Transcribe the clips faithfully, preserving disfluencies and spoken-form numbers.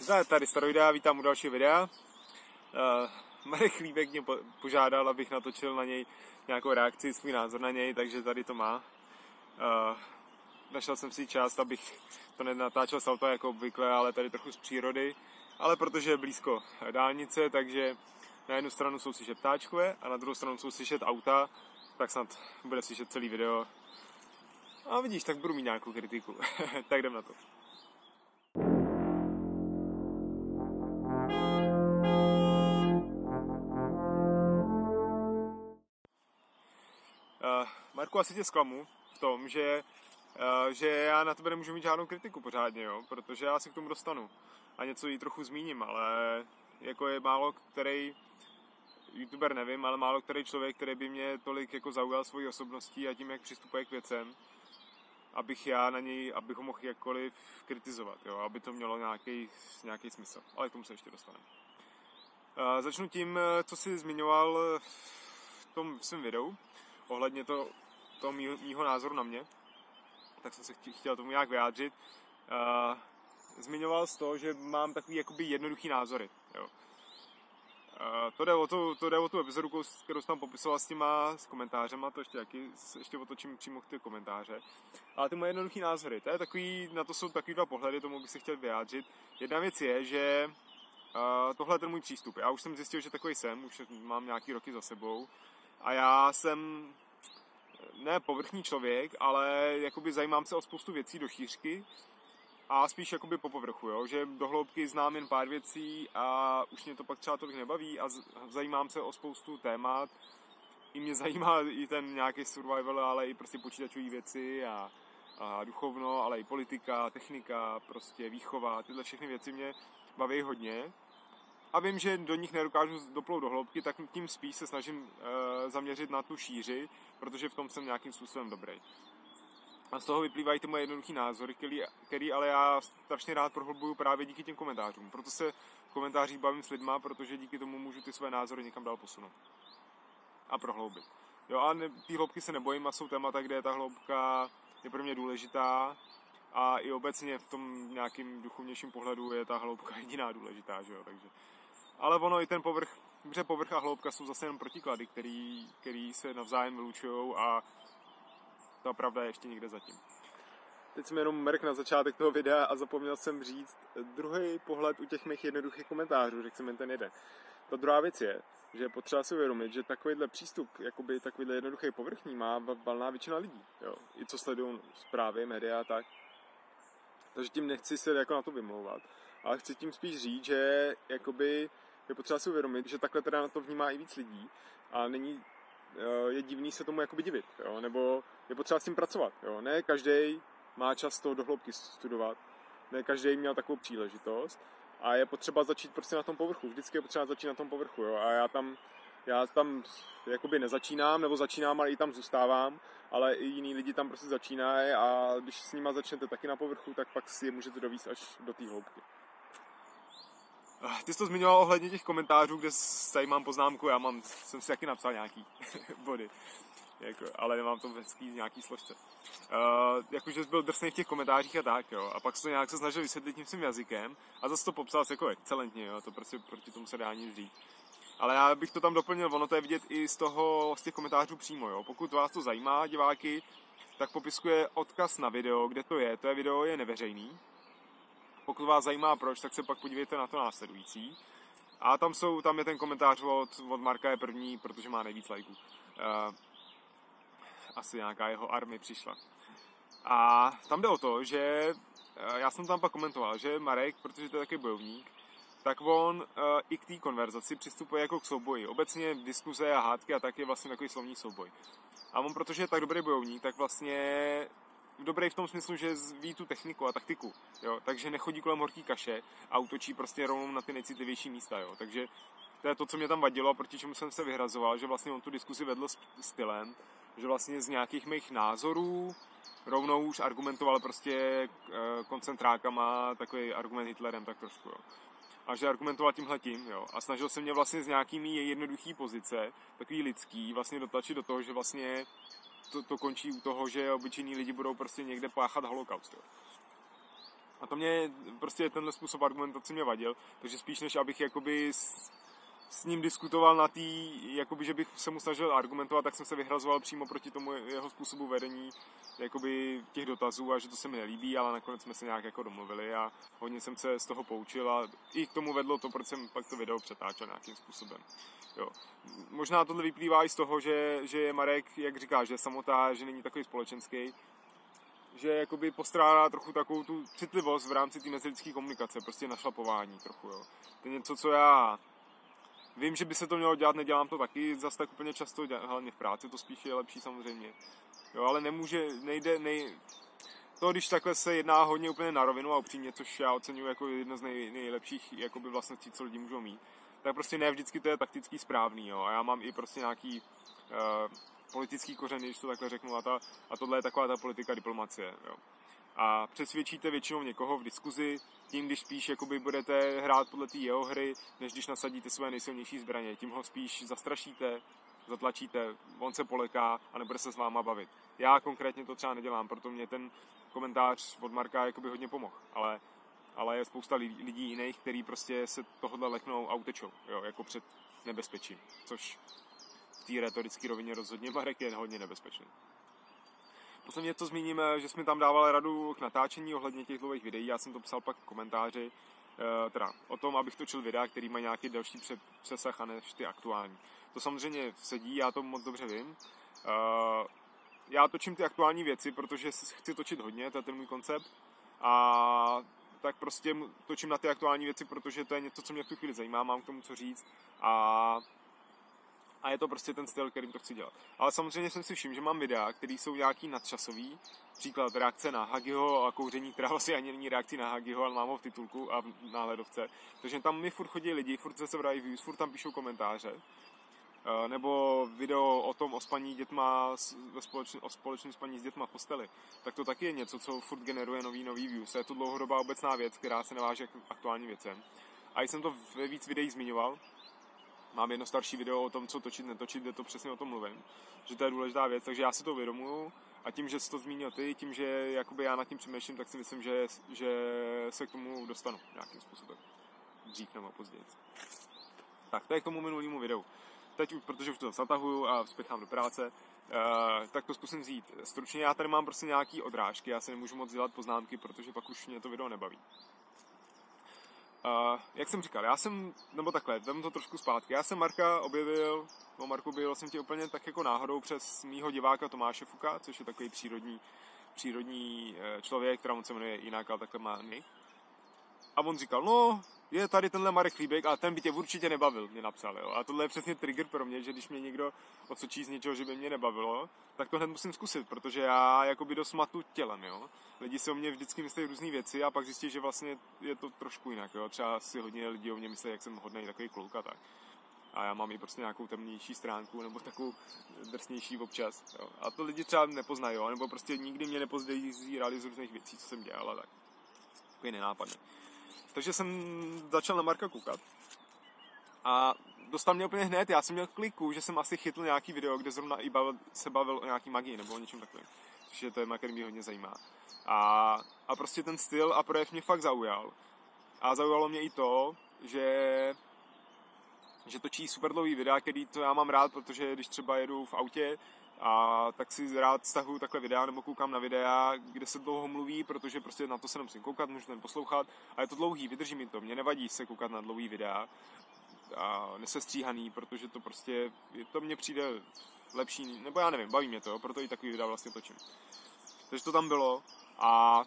No, tady Staroidea, vítám u dalšího videa. Uh, Marek Chlíbek mě po- požádal, abych natočil na něj nějakou reakci, svůj názor na něj, takže tady to má. Uh, našel jsem si čas, abych to nenatáčel z auta jako obvykle, ale tady trochu z přírody. Ale protože je blízko dálnice, takže na jednu stranu jsou slyšet ptáčkové a na druhou stranu jsou slyšet auta, tak snad bude slyšet celý video. A vidíš, tak budu mít nějakou kritiku. Tak jdem na to. Uh, Marku, asi tě zklamu v tom, že, uh, že já na tebe nemůžu mít žádnou kritiku pořádně, jo? Protože já se k tomu dostanu a něco jí trochu zmíním, ale jako je málo který youtuber, nevím, ale málo který člověk, který by mě tolik jako zaujal svojí osobností a tím, jak přistupuje k věcem, abych já na něj, abych ho mohl jakkoliv kritizovat, jo? Aby to mělo nějaký, nějaký smysl, ale k tomu se ještě dostaneme. Uh, začnu tím, co jsi zmiňoval v tom svém videu, ohledně to, toho mýho, mýho názoru na mě, tak jsem se chtěl tomu nějak vyjádřit. Uh, zmiňoval jsi to, že mám takový jakoby jednoduchý názory. Jo. Uh, to, jde o to, to jde o tu epizodu, kterou jsem tam popisoval s těma s komentářema, to ještě, taky, ještě otočím přímo ty komentáře. Ale ty moje jednoduchý názory, to je takový, na to jsou takový dva pohledy, tomu bych se chtěl vyjádřit. Jedna věc je, že uh, tohle je ten můj přístup. Já už jsem zjistil, že takový jsem, už mám nějaký roky za sebou. A já jsem ne povrchní člověk, ale jakoby zajímám se o spoustu věcí do šířky a spíš jakoby po povrchu, jo? Že do hloubky znám jen pár věcí a už mě to pak třeba tolik nebaví a zajímám se o spoustu témat. I mě zajímá i ten nějaký survival, ale i prostě počítačové věci a, a duchovno, ale i politika, technika, prostě výchova, tyhle všechny věci mě baví hodně. A vím, že do nich nedokážu doplout do hloubky, tak tím spíš se snažím e, zaměřit na tu šíři, protože v tom jsem nějakým způsobem dobrý. A z toho vyplývají ty moje jednoduchý názory, který, který ale já strašně rád prohlubuju právě díky těm komentářům. Proto se v komentářích bavím s lidma, protože díky tomu můžu ty své názory někam dál posunout. A prohloubit. Jo, a ne, ty hloubky se nebojím a jsou témata, kde ta hloubka je pro mě důležitá. A i obecně v tom nějakým duchovnějším pohledu je ta hloubka jediná důležitá, že jo, takže. Ale ono i ten povrch, protože povrch a hloubka jsou zase jen protiklady, který, který se navzájem vylučují a ta pravda je ještě někde zatím. Teď jsem jenom mrk na začátek toho videa a zapomněl jsem říct druhý pohled u těch mých jednoduchých komentářů, řekl jsem jen ten jeden. Ta druhá věc je, že je potřeba si uvědomit, že takovýhle přístup, jakoby takovýhle jednoduchý povrchní má valná většina lidí, jo, i co sledují zprávy, média a tak. Takže tím nechci se jako na to vymlouvat, ale chci tím spíš říct, že jakoby je potřeba si uvědomit, že takhle teda na to vnímá i víc lidí a není, je divný se tomu jakoby divit, jo? Nebo je potřeba s tím pracovat. Jo? Ne každý má čas to do hloubky studovat, ne každý měl takovou příležitost a je potřeba začít prostě na tom povrchu. Vždycky je potřeba začít na tom povrchu. Jo? A já tam, já tam jakoby nezačínám, nebo začínám, ale i tam zůstávám, ale i jiní lidi tam prostě začínají a když s nima začnete taky na povrchu, tak pak si je můžete dovízt až do té hloubky. Ty jsi to zmiňoval ohledně těch komentářů, kde tady mám poznámku, já mám, jsem si taky napsal nějaký body, jako, ale nemám to v hezký nějaký složce. Uh, jakože jsi byl drsnej v těch komentářích a tak, jo, a pak se to nějak se snažil vysvětlit tím svým jazykem a zase to popsal jako excelentně, jo, to prostě proti tomu se dá nic říct. Ale já bych to tam doplnil, ono to je vidět i z toho, z těch komentářů přímo, jo. Pokud vás to zajímá, diváky, tak popiskuje odkaz na video, kde to je, to je video je neveřejný. Pokud vás zajímá proč, tak se pak podívejte na to následující. A tam jsou, tam je ten komentář od, od Marka je první, protože má nejvíc lajků. Uh, asi nějaká jeho army přišla. A tam jde o to, že uh, já jsem tam pak komentoval, že Marek, protože to je taky bojovník, tak on uh, i k té konverzaci přistupuje jako k souboji. Obecně diskuze a hádky a tak je vlastně takový slovní souboj. A on, protože je tak dobrý bojovník, tak vlastně dobrý v tom smyslu, že ví tu techniku a taktiku, jo, takže nechodí kolem horký kaše a útočí prostě rovnou na ty nejcitlivější místa, jo, takže to je to, co mě tam vadilo a proti čemu jsem se vyhrazoval, že vlastně on tu diskusi vedl stylem, že vlastně z nějakých mých názorů rovnou už argumentoval prostě koncentrákama, takový argument Hitlerem tak trošku, jo. A že argumentoval tímhletím, jo, a snažil se mě vlastně s nějakými jednoduchý pozice, takový lidský, vlastně dotlačit do toho, že vlastně To, to končí u toho, že obyčejní lidi budou prostě někde páchat holokaust. Jo. A to mě, prostě tenhle způsob argumentace mě vadil, takže spíš než abych jakoby s, s ním diskutoval na tý, jakoby, že bych se mu snažil argumentovat, tak jsem se vyhrazoval přímo proti tomu jeho způsobu vedení jakoby těch dotazů a že to se mi nelíbí, ale nakonec jsme se nějak jako domluvili a hodně jsem se z toho poučil a i k tomu vedlo to, proč jsem pak to video přetáčel nějakým způsobem. Jo. Možná tohle vyplývá i z toho, že, že je Marek, jak říká, že je samotá, že není takový společenský, že jakoby postrádá trochu takovou tu citlivost v rámci té mezilidské komunikace, prostě našlapování trochu, jo. To je něco, co já vím, že by se to mělo dělat, nedělám to taky zas tak úplně často, hlavně v práci, to spíš je lepší samozřejmě. Jo, ale nemůže, nejde, nej... To, když takhle se jedná hodně úplně na rovinu a upřímně, což já oceňuji jako jedno z nej, nejlepších jakoby vlastností, co lidi můžou mít, tak prostě ne vždycky to je taktický správný, jo. A já mám i prostě nějaký uh, politický kořen, když to takhle řeknu, a, ta, a tohle je taková ta politika diplomacie, jo. A přesvědčíte většinou někoho v diskuzi tím, když spíš jakoby budete hrát podle té jeho hry, než když nasadíte své nejsilnější zbraně. Tím ho spíš zastrašíte, zatlačíte, on se poleká a nebude se s váma bavit. Já konkrétně to třeba nedělám, proto mě ten komentář od Marka jakoby hodně pomohl. Ale, ale je spousta lidí jiných, kteří prostě se tohohle leknou a utečou, jo, jako před nebezpečím. Což v té retorické rovině rozhodně Marek je hodně nebezpečný. Posledně to zmíním, že jsme tam dávali radu k natáčení ohledně těch dlouhých videí, já jsem to psal pak v komentáři, teda o tom, abych točil videa, který mají nějaký další přesah a než ty aktuální. To samozřejmě sedí, já to moc dobře vím. Já točím ty aktuální věci, protože chci točit hodně, to je ten můj koncept. A tak prostě točím na ty aktuální věci, protože to je něco, co mě v tu chvíli zajímá, mám k tomu co říct. A A je to prostě ten styl, kterým to chci dělat. Ale samozřejmě jsem si všiml, že mám videa, které jsou nějaký nadčasový. Příklad reakce na Hagiho a kouření, která vlastně ani není reakcí na Hagiho, ale mám ho v titulku a v náhledovce. Takže tam mi furt chodí lidi, furt se sebrají views, furt tam píšou komentáře. Nebo video o tom o spaní dětma, o společném spaní s dětma v posteli. Tak to taky je něco, co furt generuje nový, nový views. Je to dlouhodobá obecná věc, která se neváže k aktuálním věcem. A jsem to ve víc videích zmiňoval. Mám jedno starší video o tom, co točit, netočit, kde to přesně o tom mluvím, že to je důležitá věc, takže já si to uvědomuju a tím, že jsi to zmínil ty, tím, že jakoby já nad tím přemýšlím, tak si myslím, že, že se k tomu dostanu nějakým způsobem. Dřív nebo později. Tak, to je k tomu minulému videu. Teď, protože už to zatahuju a spěchám do práce, Uh, tak to zkusím vzít stručně. Já tady mám prostě nějaký odrážky, já si nemůžu moc dělat poznámky, protože pak už mě to video nebaví. Uh, jak jsem říkal, já jsem, nebo takhle, dám to trošku zpátky, já jsem Marka objevil, no Marku objevil jsem tě úplně tak jako náhodou přes mýho diváka Tomáše Fuka, což je takový přírodní, přírodní člověk, která on se jmenuje jinak, ale takhle má nick. A on říkal, no, je tady tenhle Marek Chlíbek a ten by tě určitě nebavil, mě napsal, jo. A tohle je přesně trigger pro mě, že když mě někdo odsočí z něčeho, že by mě nebavilo, tak to hned musím zkusit, protože já jakoby dost matu tělem, jo. Lidi si o mě vždycky myslí různé věci a pak zjistí, že vlastně je to trošku jinak, jo. Třeba si hodně lidí o mě myslí, jak jsem hodnej takový kluk a tak. A já mám i prostě nějakou temnější stránku nebo takovou drsnější občas, jo. A to lidi třeba nepoznají, jo, nebo prostě nikdy mě nepozírali z různých věcí, co jsem dělal a tak. Takový nenápadný. Takže jsem začal na Marka koukat a dostal mě úplně hned, já jsem měl kliku, že jsem asi chytl nějaký video, kde zrovna i bavil, se bavil o nějaký magii nebo o něčem takovém, což je téma, který mě hodně zajímá. A, a prostě ten styl a projev mě fakt zaujal. A zaujalo mě i to, že, že točí super dlouhý videa, který to já mám rád, protože když třeba jedu v autě, a tak si rád stahuju takhle videa nebo koukám na videa, kde se dlouho mluví, protože prostě na to se nemusím koukat, můžu ten poslouchat a je to dlouhý, vydrží mi to, mě nevadí se koukat na dlouhý videa a nesestříhaný, protože to prostě, to mně přijde lepší, nebo já nevím, baví mě to, proto i takový videa vlastně točím. Takže to tam bylo a,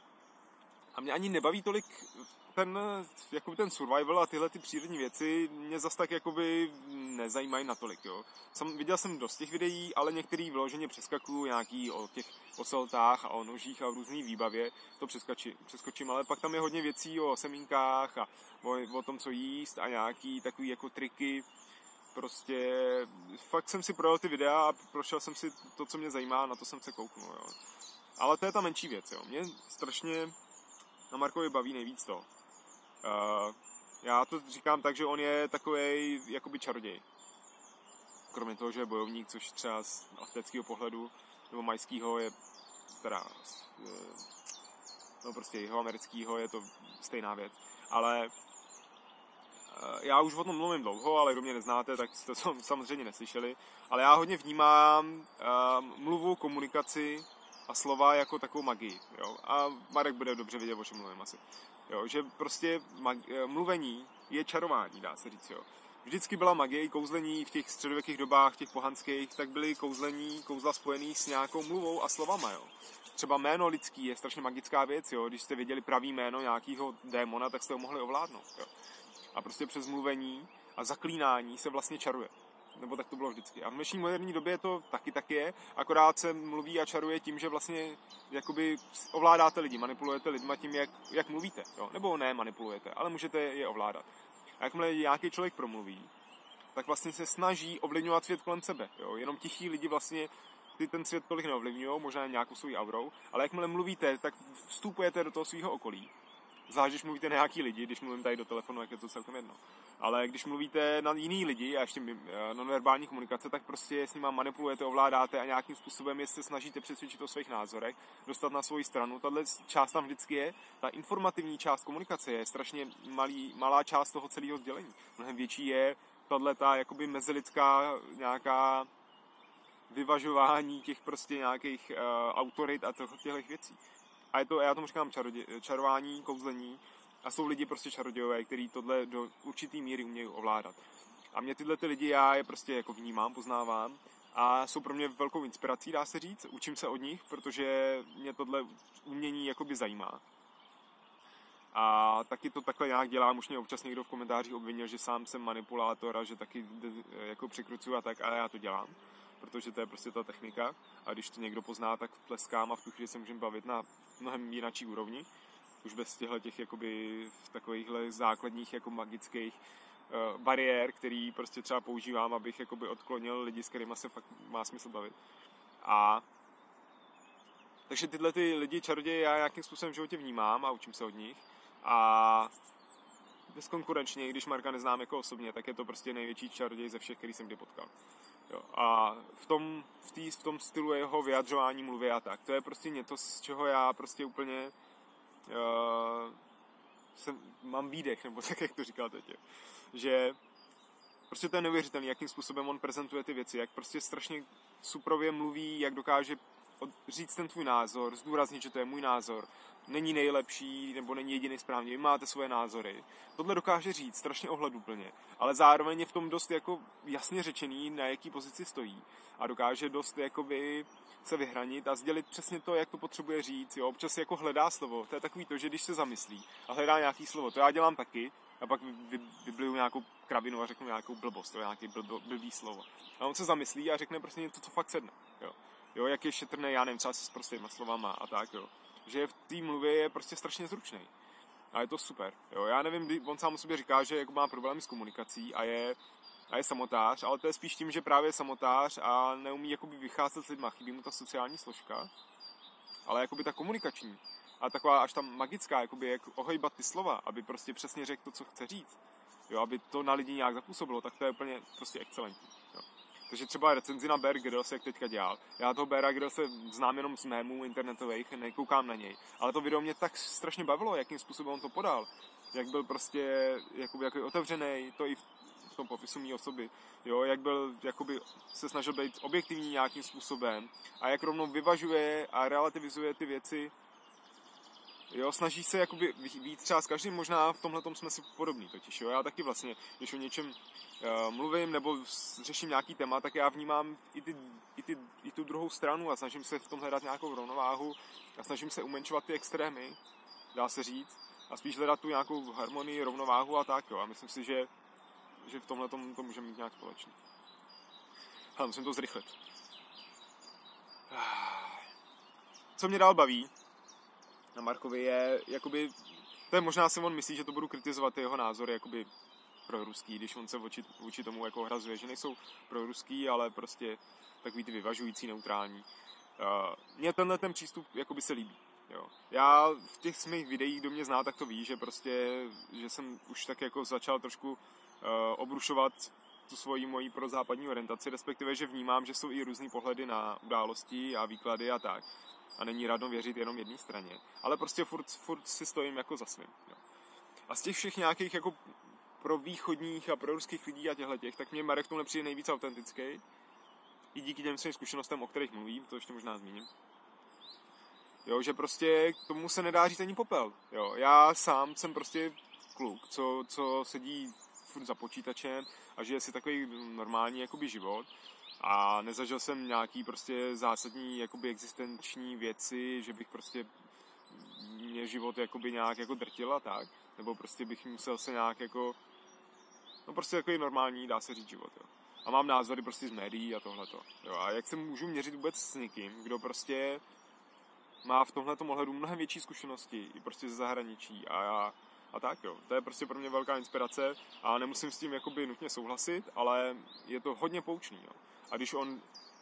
a mě ani nebaví tolik ten, jakoby ten survival a tyhle ty přírodní věci mě zas tak jakoby nezajímají natolik, jo. Sam, viděl jsem dost těch videí, ale některý vyloženě přeskakuju, nějaký o těch oceltách a o nožích a o různý výbavě, to přeskočím, přeskočím, ale pak tam je hodně věcí o semínkách a o, o tom, co jíst a nějaký takový jako triky. Prostě fakt jsem si projel ty videa a prošel jsem si to, co mě zajímá, na to jsem se kouknul, jo. Ale to je ta menší věc, jo. Mě strašně na Markovi baví nejvíc to. Uh, já to říkám tak, že on je takovej jakoby čaroděj. Kromě toho, že je bojovník, což třeba z aztéckého pohledu nebo majského je teda uh, no prostě jihoamerického, je to stejná věc. Ale já už o tom mluvím dlouho, ale kdo mě neznáte, tak jste to samozřejmě neslyšeli. Ale já hodně vnímám uh, mluvu, komunikaci a slova jako takovou magii. Jo? A Marek bude dobře vědět, o čem mluvím asi. Jo? Že prostě mag- mluvení je čarování, dá se říct. Jo? Vždycky byla magie, kouzlení v těch středověkých dobách, těch pohanských, tak byly kouzlení, kouzla spojený s nějakou mluvou a slovama. Jo? Třeba jméno lidský je strašně magická věc. Jo? Když jste věděli pravý jméno nějakého démona, tak jste ho mohli ovládnout. Jo? A prostě přes mluvení a zaklínání se vlastně čaruje. Nebo tak to bylo vždycky. A v dnešní moderní době to taky tak je, akorát se mluví a čaruje tím, že vlastně jakoby ovládáte lidi, manipulujete lidma tím, jak, jak mluvíte. Jo? Nebo ne manipulujete, ale můžete je ovládat. A jakmile nějaký člověk promluví, tak vlastně se snaží ovlivňovat svět kolem sebe. Jo? Jenom tichí lidi vlastně ty ten svět tolik neovlivňují, možná nějakou svou aurou, ale jakmile mluvíte, tak vstupujete do toho svého okolí. Zvlášť, když mluvíte na nějaký lidi, když mluvím tady do telefonu, jak je to celkem jedno. Ale když mluvíte na jiný lidi a ještě nonverbální komunikace, tak prostě s nima manipulujete, ovládáte a nějakým způsobem je se snažíte přesvědčit o svých názorech, dostat na svoji stranu. Tahle část tam vždycky je. Ta informativní část komunikace je strašně malý, malá část toho celého sdělení. Mnohem větší je tato jakoby mezilidská nějaká vyvažování těch prostě nějakých uh, autorit a těchto věcí. A je to, já tomu říkám čarodě, čarování, kouzlení a jsou lidi prostě čarodějové, kteří tohle do určitý míry umějí ovládat. A mě tyhle ty lidi, já je prostě jako vnímám, poznávám a jsou pro mě velkou inspirací, dá se říct. Učím se od nich, protože mě tohle umění jakoby zajímá. A taky to takhle nějak dělám, už mě občas někdo v komentářích obvinil, že sám jsem manipulátor a že taky jako překrucuju a tak, ale já to dělám. Protože to je prostě ta technika a když to někdo pozná, tak tleskám a v tu chvíli se můžeme bavit na mnohem jináčí úrovni. Už bez těchto těch jakoby takovýchhle základních jako magických uh, bariér, který prostě třeba používám, abych jakoby odklonil lidi, s kterými se fakt má smysl bavit. A takže tyhle ty lidi čaroděje já nějakým způsobem v životě vnímám a učím se od nich. A bezkonkurenčně, když Marka neznám jako osobně, tak je to prostě největší čaroděj ze všech, který jsem kdy potkal. Jo, a v tom, v, tý, v tom stylu jeho vyjadřování, mluvy a tak. To je prostě něco, z čeho já prostě úplně uh, jsem, mám výdech, nebo tak, jak to říkal teď. Že prostě to je neuvěřitelný, jakým způsobem on prezentuje ty věci, jak prostě strašně suprově mluví, jak dokáže říct ten tvůj názor, zdůraznit, že to je můj názor, není nejlepší, nebo není jediný správně, vy máte svoje názory. Tohle dokáže říct strašně ohleduplně, ale zároveň je v tom dost jako jasně řečený, na jaký pozici stojí a dokáže dost jakoby se vyhranit a sdělit přesně to, jak to potřebuje říct. Jo? Občas jako hledá slovo, to je takový to, že když se zamyslí a hledá nějaký slovo, to já dělám taky, a pak vybliju nějakou kravinu a řeknu nějakou blbost, to je nějaký blbo, blbý slovo. A on se zamyslí a řekne prostě něco, co fakt sedne. Jo? Jo, jak je šetrný, já nevím, třeba s prostýma slovama a tak, jo. Že v té mluvě je prostě strašně zručný. A je to super, jo. Já nevím, on sám o sobě říká, že jako má problémy s komunikací a je, a je samotář, ale to je spíš tím, že právě je samotář a neumí jakoby vycházet s lidma, chybí mu ta sociální složka, ale jakoby ta komunikační a taková až tam magická, jakoby jak ohejbat ty slova, aby prostě přesně řekl to, co chce říct, jo, aby to na lidi nějak zapůsobilo, tak to je úplně prostě excelentní, jo. Takže třeba recenzi na Bear Grylls, jak teďka dělal. Já toho Beara Gryllse znám jenom z mémů internetových, nekoukám na něj. Ale to video mě tak strašně bavilo, jakým způsobem on to podal. Jak byl prostě jakoby, jako otevřený, to i v tom popisu mý osoby. Jo, jak byl, jakoby se snažil být objektivní nějakým způsobem a jak rovnou vyvažuje a relativizuje ty věci. Jo, snaží se jakoby víc třeba s každým, možná v tomhletom jsme si podobní totiž, jo. Já taky vlastně, když o něčem uh, mluvím nebo řeším nějaký téma, tak já vnímám i, ty, i, ty, i tu druhou stranu a snažím se v tom hledat nějakou rovnováhu a snažím se umenšovat ty extrémy, dá se říct, a spíš hledat tu nějakou harmonii, rovnováhu a tak, jo. A myslím si, že, že v tomhletom to můžeme mít nějak společně. Hele, musím to zrychlit. Co mě dál baví na Markovi je, jakoby, to je možná si on myslí, že to budu kritizovat jeho názory, jakoby proruský, když on se vůči, vůči tomu jako ohrazuje, že nejsou proruský, ale prostě takový ty vyvažující, neutrální. Uh, mně tenhle ten přístup jakoby se líbí. Jo. Já v těch svých videích, kdo mě zná, tak to ví, že prostě, že jsem už tak jako začal trošku uh, obrušovat tu svoji moji prozápadní orientaci, respektive, že vnímám, že jsou i různý pohledy na události a výklady a tak. a není radno věřit jenom jedné straně, ale prostě furt, furt si stojím jako za svým. Jo. A z těch všech nějakých jako pro východních a pro ruských lidí a těchto těch, tak mě Marek tomu nepřijde nejvíc autentický. I díky těm svým zkušenostem, o kterých mluvím, to ještě možná zmíním. Jo, že prostě k tomu se nedá říct ani popel. Jo, já sám jsem prostě kluk, co, co sedí furt za počítačem a žije si takový normální jakoby život. A nezažil jsem nějaký prostě zásadní jakoby existenční věci, že bych prostě mě život jakoby nějak jako drtil a tak. Nebo prostě bych musel se nějak jako, no prostě takový normální, dá se říct, život, jo. A mám názory prostě z médií a tohleto, jo. A jak se můžu měřit vůbec s někým, kdo prostě má v tomhletom ohledu mnohem větší zkušenosti, i prostě ze zahraničí a já, a tak, jo. To je prostě pro mě velká inspirace a nemusím s tím jakoby nutně souhlasit, ale je to hodně poučný, jo. A když on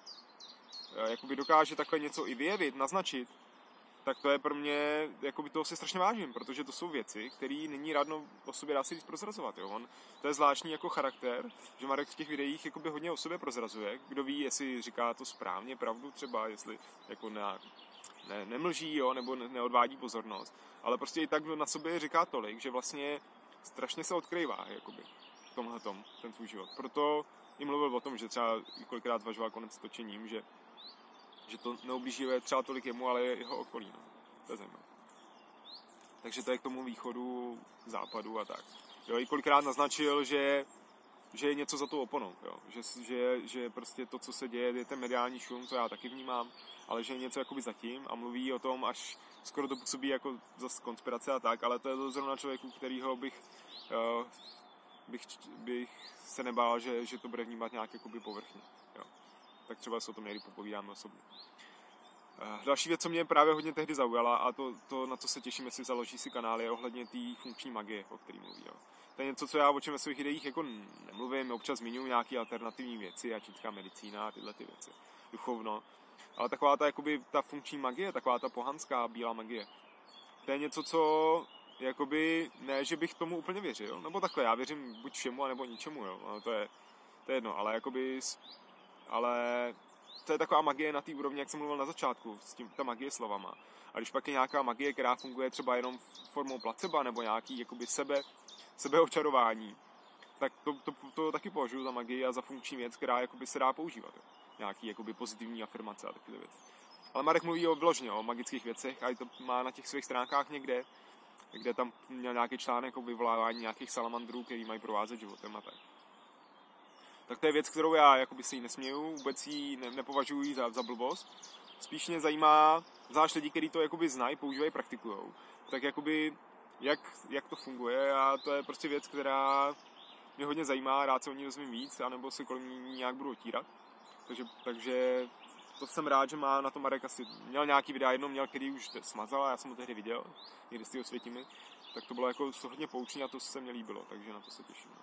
jakoby dokáže takhle něco i vyjevit, naznačit, tak to je pro mě, jakoby toho si strašně vážím, protože to jsou věci, které není radno o sobě, dá se říct, prozrazovat, jo. On, to je zvláštní jako charakter, že Marek v těch videích jakoby hodně o sobě prozrazuje, kdo ví, jestli říká to správně, pravdu třeba, jestli jako ne, ne, nemlží, jo, nebo ne, neodvádí pozornost, ale prostě i tak na sobě říká tolik, že vlastně strašně se odkrývá, jakoby, v tomhletom, ten svůj život. Proto i mluvil o tom, že třeba kolikrát zvažoval konec s točením, že že to neublížuje třeba tolik jemu, ale jeho okolí, no. To je zajímavé. Takže to je k tomu východu, západu a tak. Jo, i kolikrát naznačil, že, že je něco za tou oponou, jo. Že, že, že prostě to, co se děje, je ten mediální šum, co já taky vnímám, ale že je něco jakoby zatím a mluví o tom, až skoro to působí jako zase konspirace a tak, ale to je to zrovna člověku, kterýho bych, uh, bych, bych se nebál, že, že to bude vnímat nějak jakoby povrchně, jo. Tak třeba se o tom někdy popovídáme osobně. Další věc, co mě právě hodně tehdy zaujala, a to, to na to se těším, jestli založí si kanál, je ohledně té funkční magie, o který mluví. Jo. To je něco, co já o čem ve svých videích jako nemluvím, občas zmiňuji nějaké alternativní věci, a čínská medicína a tyhle ty věci, duchovno. Ale taková ta, jakoby, ta funkční magie, taková ta pohanská bílá magie, to je něco, co jakoby, ne, že bych tomu úplně věřil, nebo takhle, já věřím buď všemu, anebo ničemu, jo. No, to je, to je jedno, ale jakoby, ale to je taková magie na té úrovni, jak jsem mluvil na začátku, s tím ta magie slovama. A když pak je nějaká magie, která funguje třeba jenom formou placebo nebo nějaký jakoby sebe, sebeočarování, tak to, to, to, to taky považuji za magii a za funkční věc, která jakoby se dá používat. Jo. Nějaký jakoby pozitivní afirmace a takové věci. Ale Marek mluví o vyloženě o magických věcech a i to má na těch svých stránkách někde, kde tam měl nějaký článek o vyvolávání nějakých salamandrů, který mají provázet životem a tak. Tak to je věc, kterou já jakoby si ji nesměju, vůbec ji ne, nepovažuji za, za blbost. Spíš mě zajímá, zvlášť lidi, kteří to jakoby znají, používají, praktikujou, tak jakoby jak, jak to funguje a to je prostě věc, která mě hodně zajímá, rád se o ní dozvím víc, anebo si kolem ní nějak budu otírat. Takže, takže to jsem rád, že má na to Marek asi, měl nějaký videa, jednou měl, který už smazal a já jsem ho tehdy viděl, někdy z toho Světimi, tak to bylo jako hodně poučný a to se mi líbilo, takže na to se těším.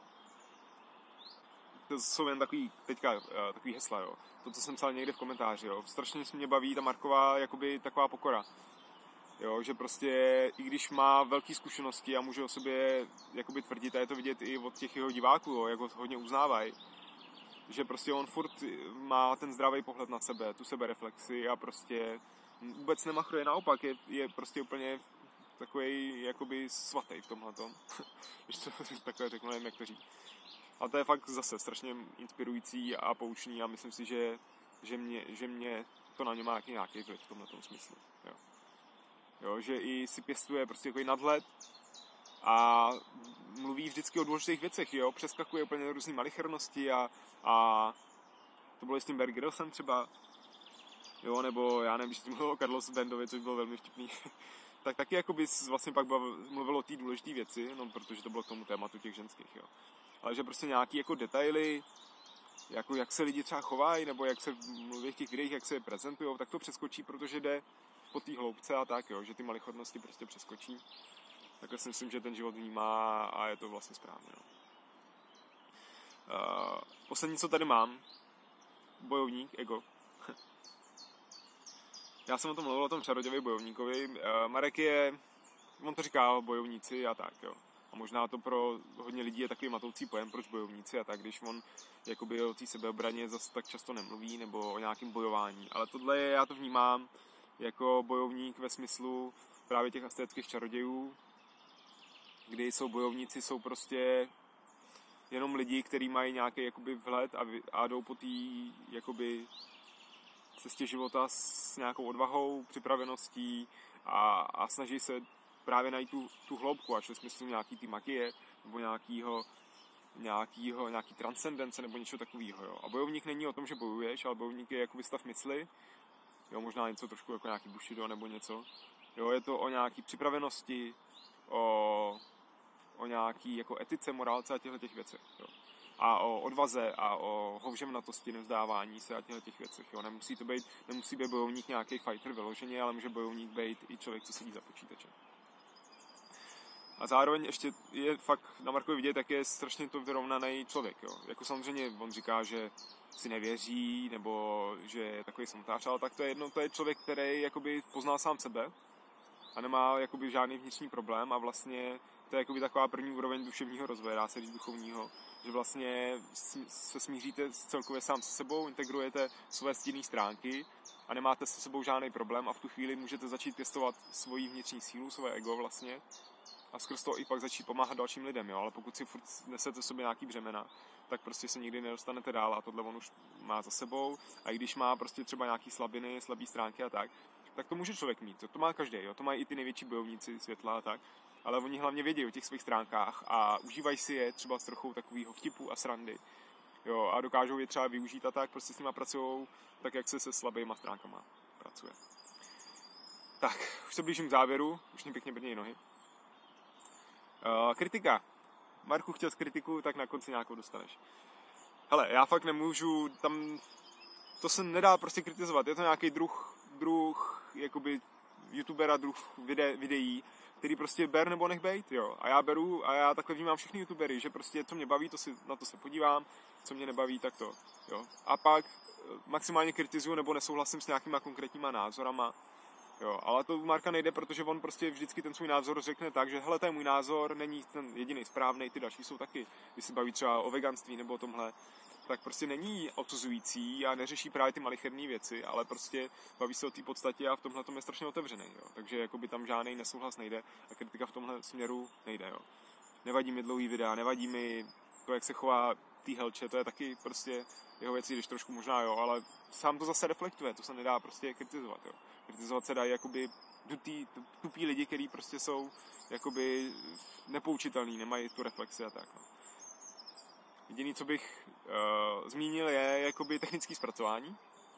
To jsou jen takový, teďka, takový hesla, jo. To, co jsem psal někde v komentáři, jo. Strašně mě baví ta Marková, jakoby taková pokora. Jo, že prostě, i když má velké zkušenosti a může o sobě jakoby tvrdit, a je to vidět i od těch jeho diváků, jo, jak ho hodně uznávají, že prostě on furt má ten zdravý pohled na sebe, tu sebereflexi a prostě vůbec nemachruje, naopak, je, je prostě úplně takovej jakoby svatý v tomhletom. Když to takhle řeknu, nevím, jak to říct. A to je fakt zase strašně inspirující a poučný a myslím si, že, že, mě, že mě to na ně má nějaký, nějaký vliv v tomhletom smyslu. Jo. Jo, že i si pěstuje prostě takový nadhled a mluví vždycky o důležitých věcech, jo, přeskakuje úplně různý malichernosti a, a to bylo i s tím Bear Gryllsem třeba, jo, nebo já nevím, že tím mluvil o Carlos Bendovi, což bylo velmi vtipný, tak taky jakoby vlastně pak mluvil o té důležité věci, no, protože to bylo k tomu tématu těch ženských, jo. Ale že prostě nějaký jako detaily, jako jak se lidi třeba chovají, nebo jak se mluví v těch videích, jak se prezentují, tak to přeskočí, protože jde po té hloubce a tak, jo, že ty malichodnosti prostě přeskočí. Takhle si myslím, že ten život vnímá a je to vlastně správně. No. Uh, poslední, co tady mám, bojovník, ego. Já jsem o tom mluvil, o tom čarodějovi bojovníkovi. Uh, Marek je, on to říká bojovníci a tak, jo. A možná to pro hodně lidí je takový matoucí pojem, proč bojovníci a tak, když on jakoby o té sebeobraně zase tak často nemluví, nebo o nějakém bojování. Ale tohle je, já to vnímám jako bojovník ve smyslu právě těch asteckých čarodějů, kdy jsou bojovníci, jsou prostě jenom lidi, kteří mají nějaký jakoby vhled a, a jdou po té jakoby cestě života s nějakou odvahou, připraveností a, a snaží se právě najít tu, tu hloubku, až ve smyslu nějaký ty magie nebo nějakýho, nějakýho, nějaký transcendence nebo něco takového. Jo. A bojovník není o tom, že bojuješ, ale bojovník je jakoby stav mysli, jo, možná něco trošku jako nějaký bushido nebo něco. Jo, je to o nějaký připravenosti, o, o nějaký jako etice, morálce a těchto těch věcech. Jo. A o odvaze a o houževnatosti, nevzdávání se a těchto těch věcech. Jo. Nemusí to být, nemusí být bojovník nějaký fighter vyloženě, ale může bojovník být i člověk, co sedí za počítačem. A zároveň ještě je fakt na Markovi vidět, jak je strašně to vyrovnaný člověk. Jo. Jako samozřejmě on říká, že si nevěří, nebo že je takový samotář, ale tak to je jedno, to je člověk, který jakoby pozná sám sebe a nemá jakoby žádný vnitřní problém a vlastně to je jakoby taková první úroveň duševního rozvoje, dá se říct duchovního, že vlastně se smíříte celkově sám se sebou, integrujete své stinné stránky a nemáte se sebou žádný problém a v tu chvíli můžete začít pěstovat svoji vnitřní sílu, své ego vlastně a skrz to i pak začít pomáhat dalším lidem, jo? Ale pokud si furt nesete sobě nějaký břemena, tak prostě se nikdy nedostanete dál a tohle on už má za sebou a i když má prostě třeba nějaký slabiny, slabý stránky a tak, tak to může člověk mít, to má každý, jo? To mají i ty největší bojovníci světla a tak, ale oni hlavně vědí o těch svých stránkách a užívají si je třeba s trochou takového vtipu a srandy, jo? A dokážou je třeba využít a tak, prostě s nima pracují tak, jak se se slabýma stránkama pracuje. Tak, už se blížím k závěru, už mě pěkně brnějí nohy. Uh, kritika. Marku, chtěl z kritiku, tak na konci nějakou dostaneš. Hele, já fakt nemůžu, tam to se nedá prostě kritizovat, je to nějaký druh, druh, jakoby youtubera, druh vide, videí, který prostě ber nebo nech bejt, jo. A já beru a já takhle vnímám všechny youtubery, že prostě co mě baví, to si, na to se podívám, co mě nebaví, tak to, jo. A pak maximálně kritizuju nebo nesouhlasím s nějakýma konkrétníma názorama, jo, ale to u Marka nejde, protože on prostě vždycky ten svůj názor řekne tak, že hele, to je můj názor, není ten jediný správný, ty další jsou taky, když se baví třeba o veganství nebo o tomhle, tak prostě není odsuzující a neřeší právě ty malicherné věci, ale prostě baví se o té podstatě a v tomhle tom je strašně otevřený, jo. Takže jakoby tam žádný nesouhlas nejde a kritika v tomhle směru nejde, jo. Nevadí mi dlouhý videa, nevadí mi to, jak se chová tý helče, to je taky prostě jeho věci, když trošku možná, jo, ale sám to zase reflektuje, to se nedá prostě kritizovat, jo. Kritizovat se dají jakoby dutý, tupí lidi, kteří prostě jsou jakoby nepoučitelný, nemají tu reflexi a tak, no. Jediný, co bych uh, zmínil, je jakoby technické zpracování,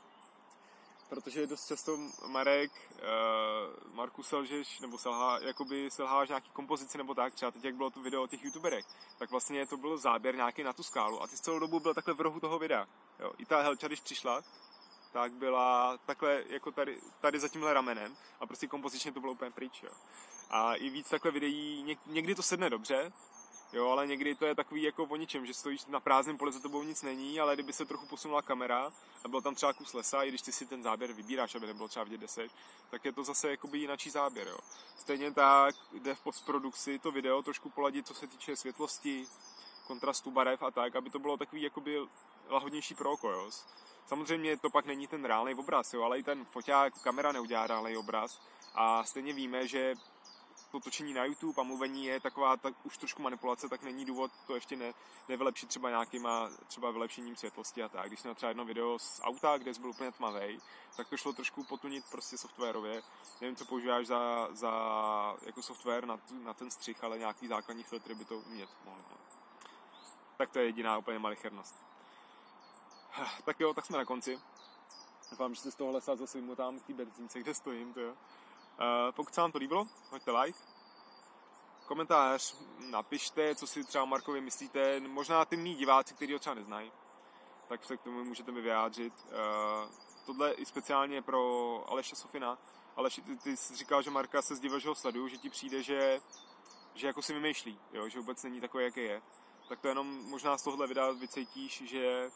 protože dost často Marek, uh, Marku selžeš, nebo selhá, jakoby selháš nějaký kompozici nebo tak, třeba teď, jak bylo to video o těch youtuberech, tak vlastně to byl záběr nějaký na tu skálu a ty celou dobu byl takhle v rohu toho videa, jo. I ta helča, když přišla, tak byla takhle jako tady, tady za tímhle ramenem a prostě kompozičně to bylo úplně pryč, jo. A i víc takhle videí, něk, někdy to sedne dobře, jo, ale někdy to je takový jako o ničem, že stojíš na prázdném poli, za tebou nic není, ale kdyby se trochu posunula kamera a byl tam třeba kus lesa, i když ty si ten záběr vybíráš, aby nebylo třeba vidět deset, tak je to zase jakoby jinačí záběr, jo. Stejně tak jde v postprodukci to video trošku poladit, co se týče světlosti, kontrastu barev a tak, aby to bylo takový jakoby lahodnější pro oko, jo. Samozřejmě to pak není ten reálný obraz, jo, ale i ten foťák, kamera neudělá reálný obraz a stejně víme, že to točení na YouTube a mluvení je taková tak už trošku manipulace, tak není důvod to ještě ne, nevylepšit třeba nějakýma třeba vylepšením světlosti a tak. Když jsem třeba jedno video z auta, kde jsi byl úplně tmavej, tak to šlo trošku potunit prostě softwarově. Nevím, co používáš za, za jako software na, na ten střih, ale nějaký základní filtry by to umět mohlo. Tak to je jediná úplně malichernost. Tak jo, tak jsme na konci. Doufám, že se z toho lesa zase vymotám k té benzínce, kde stojím, to jo. Uh, pokud se vám to líbilo, hoďte like, komentář, napište, co si třeba Markovi myslíte, možná ty mý diváci, kteří ho třeba neznají, tak se k tomu můžete mi vyjádřit. Uh, tohle i speciálně pro Aleše Sofina. Aleši, ty, ty jsi říkal, že Marka se zdivil, že ho sleduju, že ti přijde, že, že jako si vymýšlí, jo, že vůbec není takový, jaký je. Tak to jenom možná z tohle videa vycítíš, že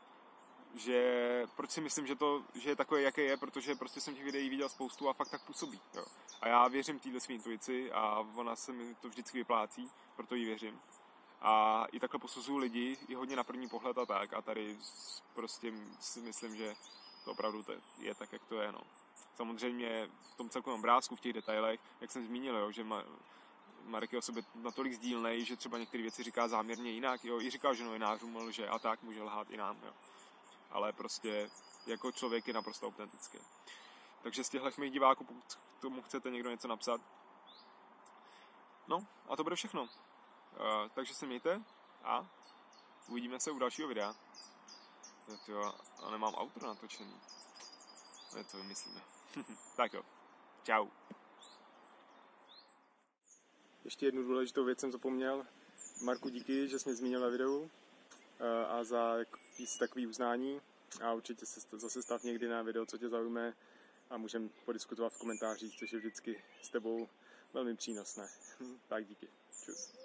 že proč si myslím, že, to, že je takový, jaký je, protože prostě jsem těch videí viděl spoustu a fakt tak působí. Jo. A já věřím téhle svý intuici a ona se mi to vždycky vyplácí, proto jí věřím. A i takhle posuzuju lidi, i hodně na první pohled a tak. A tady prostě si myslím, že to opravdu je tak, jak to je, no. Samozřejmě v tom celkovém obrázku, v těch detailech, jak jsem zmínil, jo, že ma, Marek je o sobě natolik sdílnej, že třeba některé věci říká záměrně jinak, jo, i říkal, že novinářům lže a tak může lhát i nám, jo. Ale prostě jako člověk je naprosto autentický. Takže z těchto mých diváků, pokud k tomu chcete někdo něco napsat. No, a to bude všechno. Uh, takže se mějte a uvidíme se u dalšího videa. Jo, a nemám outro natočený. Ne, to vymyslíme. Tak jo, čau. Ještě jednu důležitou věc jsem zapomněl. Marku, díky, že jsi mě zmínil na videu a za takový uznání. A určitě se zase stav někdy na video, co tě zaujme a můžeme podiskutovat v komentářích, což je vždycky s tebou velmi přínosné. Tak díky. Čus.